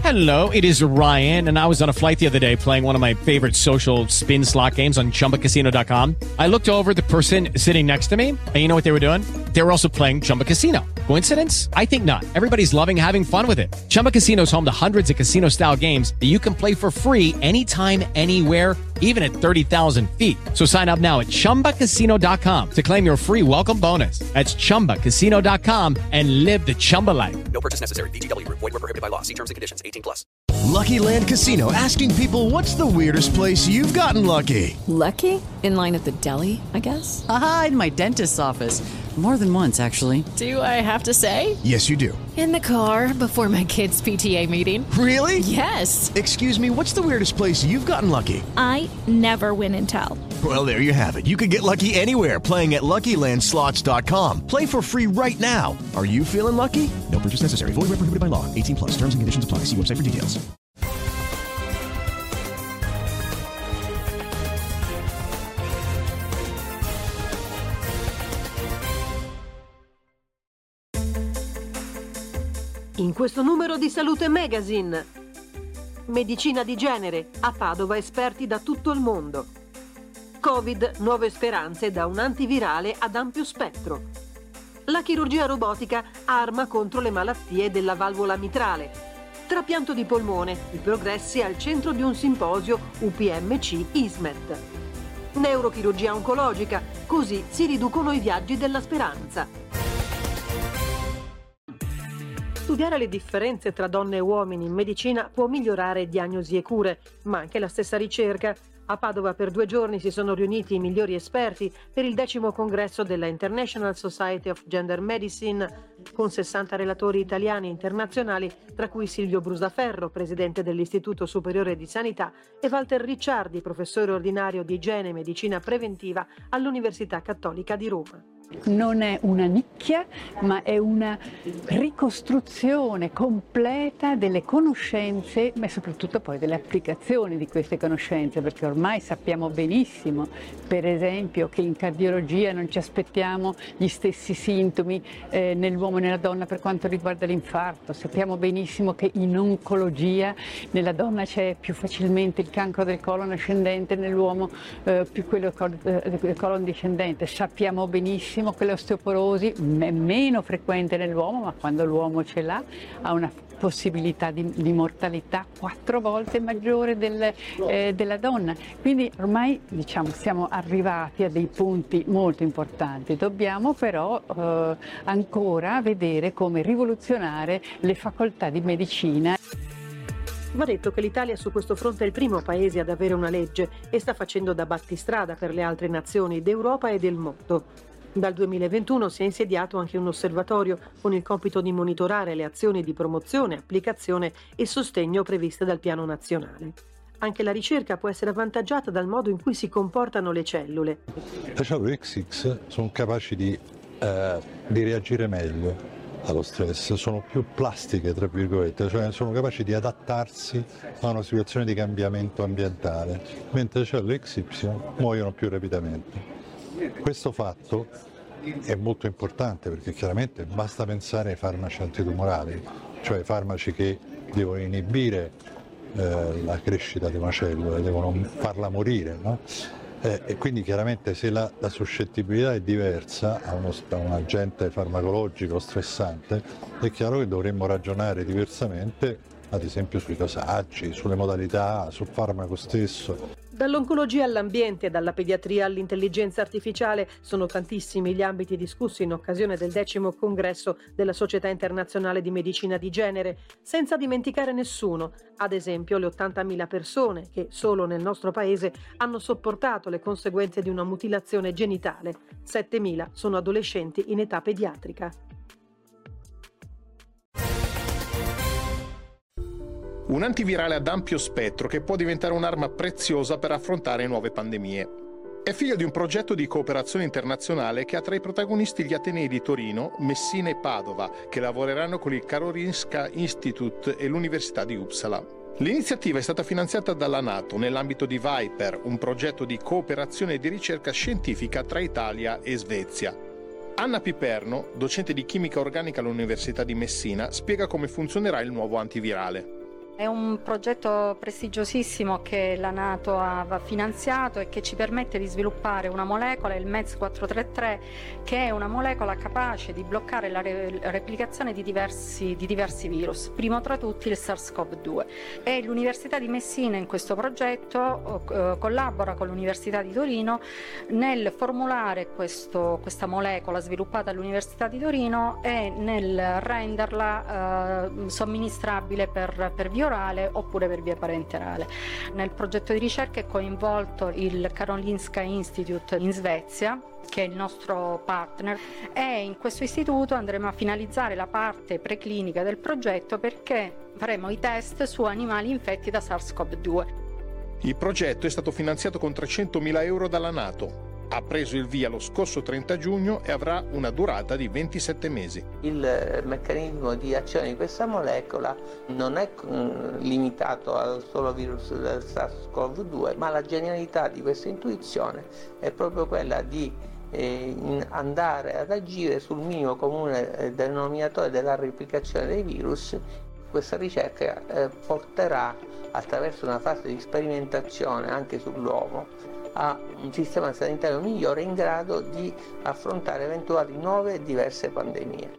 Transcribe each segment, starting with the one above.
Hello, it is Ryan, and I was on a flight the other day playing one of my favorite social spin slot games on ChumbaCasino.com. I looked over at the person sitting next to me, and you know what they were doing? They were also playing Chumba Casino. Coincidence? I think not. Everybody's loving having fun with it. Chumba Casino is home to hundreds of casino-style games that you can play for free anytime, anywhere, even at 30,000 feet. So sign up now at ChumbaCasino.com to claim your free welcome bonus. That's ChumbaCasino.com and live the Chumba life. No purchase necessary. VGW. Void were prohibited by law. See terms and conditions. 18+. Lucky Land Casino, asking people, what's the weirdest place you've gotten lucky? Lucky? In line at the deli, I guess? Aha, in my dentist's office. More than once, actually. Do I have to say? Yes, you do. In the car before my kids' PTA meeting. Really? Yes. Excuse me, what's the weirdest place you've gotten lucky? I never win and tell. Well, there you have it. You can get lucky anywhere, playing at LuckyLandSlots.com. Play for free right now. Are you feeling lucky? No purchase necessary. Void where prohibited by law. 18+. Terms and conditions apply. See website for details. In questo numero di Salute Magazine, medicina di genere, a Padova esperti da tutto il mondo. Covid, nuove speranze da un antivirale ad ampio spettro. La chirurgia robotica, arma contro le malattie della valvola mitrale. Trapianto di polmone, i progressi al centro di un simposio UPMC-ISMET. Neurochirurgia oncologica, così si riducono i viaggi della speranza. Studiare le differenze tra donne e uomini in medicina può migliorare diagnosi e cure, ma anche la stessa ricerca. A Padova per 2 giorni si sono riuniti i migliori esperti per il 10° congresso della International Society of Gender Medicine, con 60 relatori italiani e internazionali, tra cui Silvio Brusaferro, presidente dell'Istituto Superiore di Sanità, e Walter Ricciardi, professore ordinario di igiene e medicina preventiva all'Università Cattolica di Roma. Non è una nicchia, ma è una ricostruzione completa delle conoscenze, ma soprattutto poi delle applicazioni di queste conoscenze, perché ormai sappiamo benissimo, per esempio, che in cardiologia non ci aspettiamo gli stessi sintomi nell'uomo e nella donna per quanto riguarda l'infarto. Sappiamo benissimo che in oncologia nella donna c'è più facilmente il cancro del colon ascendente, nell'uomo più quello del colon discendente. Sappiamo benissimo che l'osteoporosi è meno frequente nell'uomo, ma quando l'uomo ce l'ha ha una possibilità di mortalità 4 volte maggiore della donna. Quindi ormai siamo arrivati a dei punti molto importanti. Dobbiamo però ancora vedere come rivoluzionare le facoltà di medicina. Va detto che l'Italia su questo fronte è il primo paese ad avere una legge e sta facendo da battistrada per le altre nazioni d'Europa e del mondo. Dal 2021 si è insediato anche un osservatorio con il compito di monitorare le azioni di promozione, applicazione e sostegno previste dal piano nazionale. Anche la ricerca può essere avvantaggiata dal modo in cui si comportano le cellule. Le cellule XX sono capaci di reagire meglio allo stress, sono più plastiche, tra virgolette, cioè sono capaci di adattarsi a una situazione di cambiamento ambientale, mentre le cellule XY muoiono più rapidamente. Questo fatto è molto importante perché chiaramente basta pensare ai farmaci antitumorali, cioè ai farmaci che devono inibire la crescita di una cellula, devono farla morire, no? E quindi chiaramente se la suscettibilità è diversa a un agente farmacologico stressante, è chiaro che dovremmo ragionare diversamente, ad esempio sui dosaggi, sulle modalità, sul farmaco stesso. Dall'oncologia all'ambiente, dalla pediatria all'intelligenza artificiale, sono tantissimi gli ambiti discussi in occasione del 10° congresso della Società Internazionale di Medicina di Genere, senza dimenticare nessuno, ad esempio le 80.000 persone che solo nel nostro paese hanno sopportato le conseguenze di una mutilazione genitale. 7.000 sono adolescenti in età pediatrica. Un antivirale ad ampio spettro che può diventare un'arma preziosa per affrontare nuove pandemie. È figlio di un progetto di cooperazione internazionale che ha tra i protagonisti gli Atenei di Torino, Messina e Padova, che lavoreranno con il Karolinska Institute e l'Università di Uppsala. L'iniziativa è stata finanziata dalla NATO nell'ambito di Viper, un progetto di cooperazione e di ricerca scientifica tra Italia e Svezia. Anna Piperno, docente di chimica organica all'Università di Messina, spiega come funzionerà il nuovo antivirale. È un progetto prestigiosissimo che la NATO ha finanziato e che ci permette di sviluppare una molecola, il MEDS 433, che è una molecola capace di bloccare la replicazione di diversi virus, primo tra tutti il SARS-CoV-2. E l'Università di Messina in questo progetto collabora con l'Università di Torino nel formulare questa molecola sviluppata all'Università di Torino e nel renderla somministrabile per via orale oppure per via parenterale. Nel progetto di ricerca è coinvolto il Karolinska Institute in Svezia, che è il nostro partner, e in questo istituto andremo a finalizzare la parte preclinica del progetto perché faremo i test su animali infetti da SARS-CoV-2. Il progetto è stato finanziato con 300.000 euro dalla NATO. Ha preso il via lo scorso 30 giugno e avrà una durata di 27 mesi. Il meccanismo di azione di questa molecola non è limitato al solo virus del SARS-CoV-2, ma la genialità di questa intuizione è proprio quella di andare ad agire sul minimo comune denominatore della replicazione dei virus. Questa ricerca porterà, attraverso una fase di sperimentazione anche sull'uomo, a un sistema sanitario migliore in grado di affrontare eventuali nuove e diverse pandemie.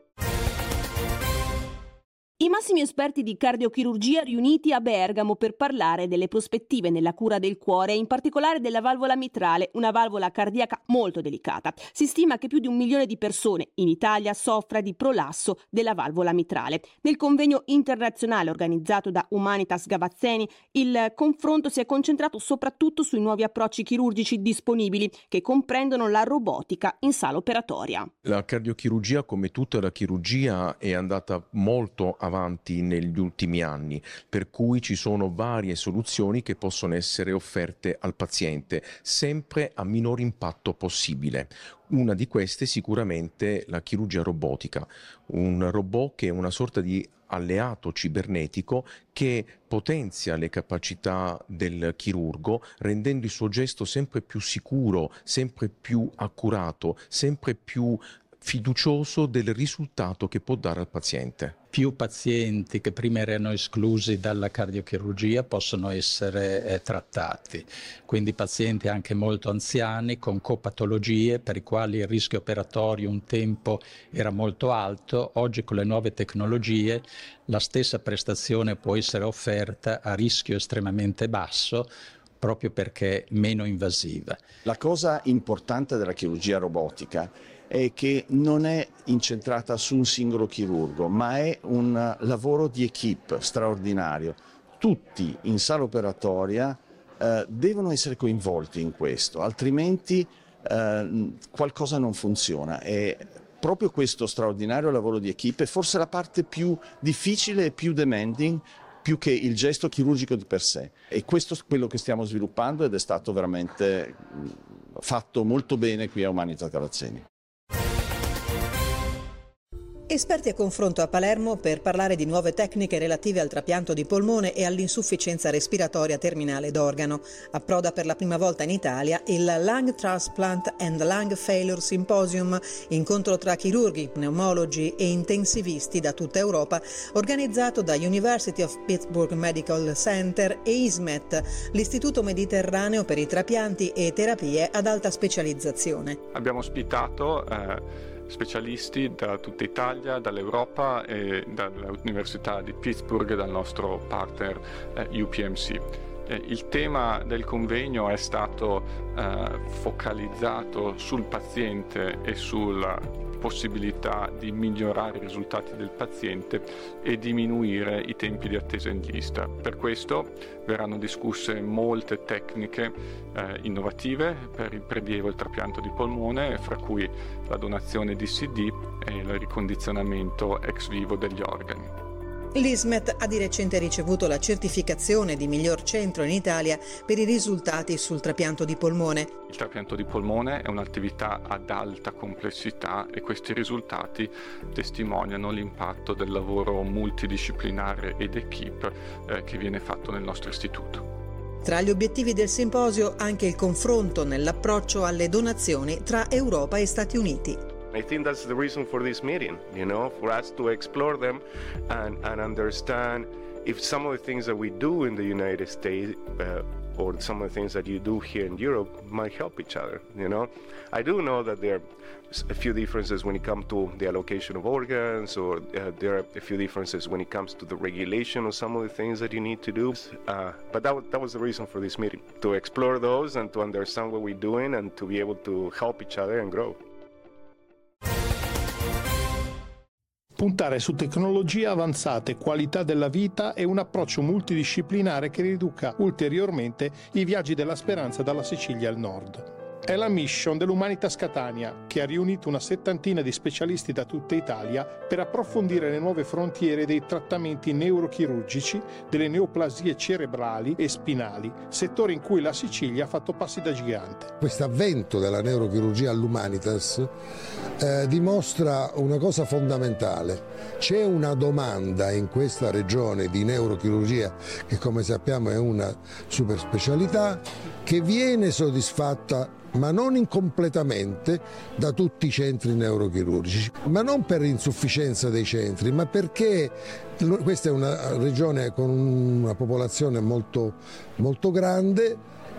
I massimi esperti di cardiochirurgia riuniti a Bergamo per parlare delle prospettive nella cura del cuore e in particolare della valvola mitrale, una valvola cardiaca molto delicata. Si stima che più di 1 milione di persone in Italia soffra di prolasso della valvola mitrale. Nel convegno internazionale organizzato da Humanitas Gavazzeni, il confronto si è concentrato soprattutto sui nuovi approcci chirurgici disponibili che comprendono la robotica in sala operatoria. La cardiochirurgia, come tutta la chirurgia, è andata molto avanti negli ultimi anni, per cui ci sono varie soluzioni che possono essere offerte al paziente, sempre a minor impatto possibile. Una di queste sicuramente la chirurgia robotica, un robot che è una sorta di alleato cibernetico che potenzia le capacità del chirurgo, rendendo il suo gesto sempre più sicuro, sempre più accurato, sempre più fiducioso del risultato che può dare al paziente. Più pazienti che prima erano esclusi dalla cardiochirurgia possono essere trattati, quindi pazienti anche molto anziani con copatologie per i quali il rischio operatorio un tempo era molto alto. Oggi con le nuove tecnologie la stessa prestazione può essere offerta a rischio estremamente basso, proprio perché meno invasiva. La cosa importante della chirurgia robotica è che non è incentrata su un singolo chirurgo, ma è un lavoro di equipe straordinario. Tutti in sala operatoria devono essere coinvolti in questo, altrimenti qualcosa non funziona. E proprio questo straordinario lavoro di equipe è forse la parte più difficile e più demanding, più che il gesto chirurgico di per sé. E questo è quello che stiamo sviluppando ed è stato veramente fatto molto bene qui a Humanitas Gavazzeni. Esperti a confronto a Palermo per parlare di nuove tecniche relative al trapianto di polmone e all'insufficienza respiratoria terminale d'organo. Approda per la prima volta in Italia il Lung Transplant and Lung Failure Symposium, incontro tra chirurghi, pneumologi e intensivisti da tutta Europa, organizzato da University of Pittsburgh Medical Center e ISMET, l'Istituto Mediterraneo per i trapianti e terapie ad alta specializzazione. Abbiamo ospitato specialisti da tutta Italia, dall'Europa e dall'Università di Pittsburgh e dal nostro partner UPMC. Il tema del convegno è stato focalizzato sul paziente e sulla possibilità di migliorare i risultati del paziente e diminuire i tempi di attesa in lista. Per questo verranno discusse molte tecniche innovative per il prelievo e il trapianto di polmone, fra cui la donazione di CD e il ricondizionamento ex vivo degli organi. L'ISMET ha di recente ricevuto la certificazione di miglior centro in Italia per i risultati sul trapianto di polmone. Il trapianto di polmone è un'attività ad alta complessità e questi risultati testimoniano l'impatto del lavoro multidisciplinare ed equipe che viene fatto nel nostro istituto. Tra gli obiettivi del simposio anche il confronto nell'approccio alle donazioni tra Europa e Stati Uniti. I think that's the reason for this meeting, for us to explore them and understand if some of the things that we do in the United States or some of the things that you do here in Europe might help each other, you know. I do know that there are a few differences when it comes to the allocation of organs, or there are a few differences when it comes to the regulation of some of the things that you need to do. But that was the reason for this meeting, to explore those and to understand what we're doing and to be able to help each other and grow. Puntare su tecnologie avanzate, qualità della vita e un approccio multidisciplinare che riduca ulteriormente i viaggi della speranza dalla Sicilia al nord. È la mission dell'Humanitas Catania, che ha riunito una settantina di specialisti da tutta Italia per approfondire le nuove frontiere dei trattamenti neurochirurgici, delle neoplasie cerebrali e spinali, settore in cui la Sicilia ha fatto passi da gigante. Questo avvento della neurochirurgia all'Humanitas dimostra una cosa fondamentale. C'è una domanda in questa regione di neurochirurgia, che come sappiamo è una super specialità, che viene soddisfatta ma non incompletamente da tutti i centri neurochirurgici, ma non per insufficienza dei centri, ma perché questa è una regione con una popolazione molto, molto grande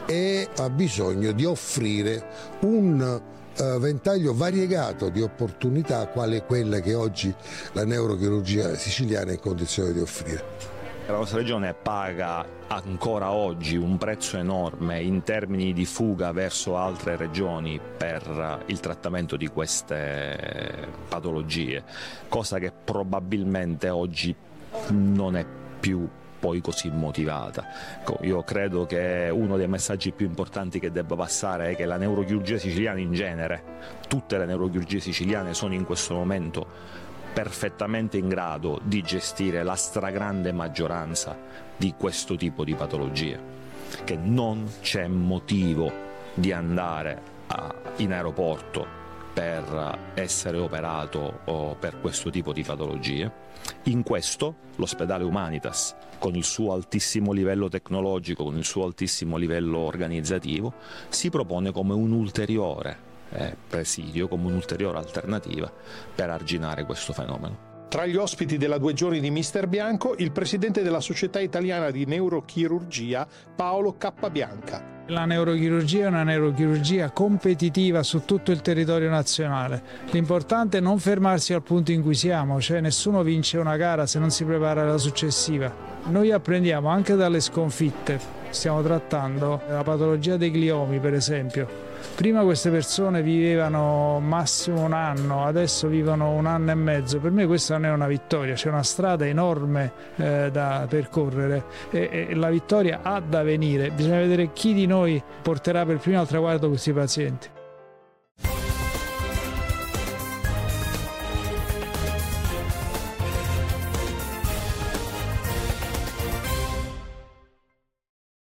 e ha bisogno di offrire un ventaglio variegato di opportunità, quale quella che oggi la neurochirurgia siciliana è in condizione di offrire. La nostra regione paga ancora oggi un prezzo enorme in termini di fuga verso altre regioni per il trattamento di queste patologie, cosa che probabilmente oggi non è più poi così motivata. Io credo che uno dei messaggi più importanti che debba passare è che la neurochirurgia siciliana in genere, tutte le neurochirurgie siciliane sono in questo momento perfettamente in grado di gestire la stragrande maggioranza di questo tipo di patologie, che non c'è motivo di andare in aeroporto per essere operato o per questo tipo di patologie. In questo l'ospedale Humanitas, con il suo altissimo livello tecnologico, con il suo altissimo livello organizzativo, si propone come un ulteriore presidio, come un'ulteriore alternativa per arginare questo fenomeno. Tra gli ospiti della 2 giorni di Mister Bianco, il presidente della Società Italiana di Neurochirurgia, Paolo Cappabianca. La neurochirurgia è una neurochirurgia competitiva su tutto il territorio nazionale. L'importante è non fermarsi al punto in cui siamo, cioè nessuno vince una gara se non si prepara alla successiva. Noi apprendiamo anche dalle sconfitte. Stiamo trattando la patologia dei gliomi, per esempio. Prima queste persone vivevano massimo un anno, adesso vivono 1 anno e mezzo. Per me questa non è una vittoria, c'è una strada enorme da percorrere e la vittoria ha da venire. Bisogna vedere chi di noi porterà per primo al traguardo questi pazienti.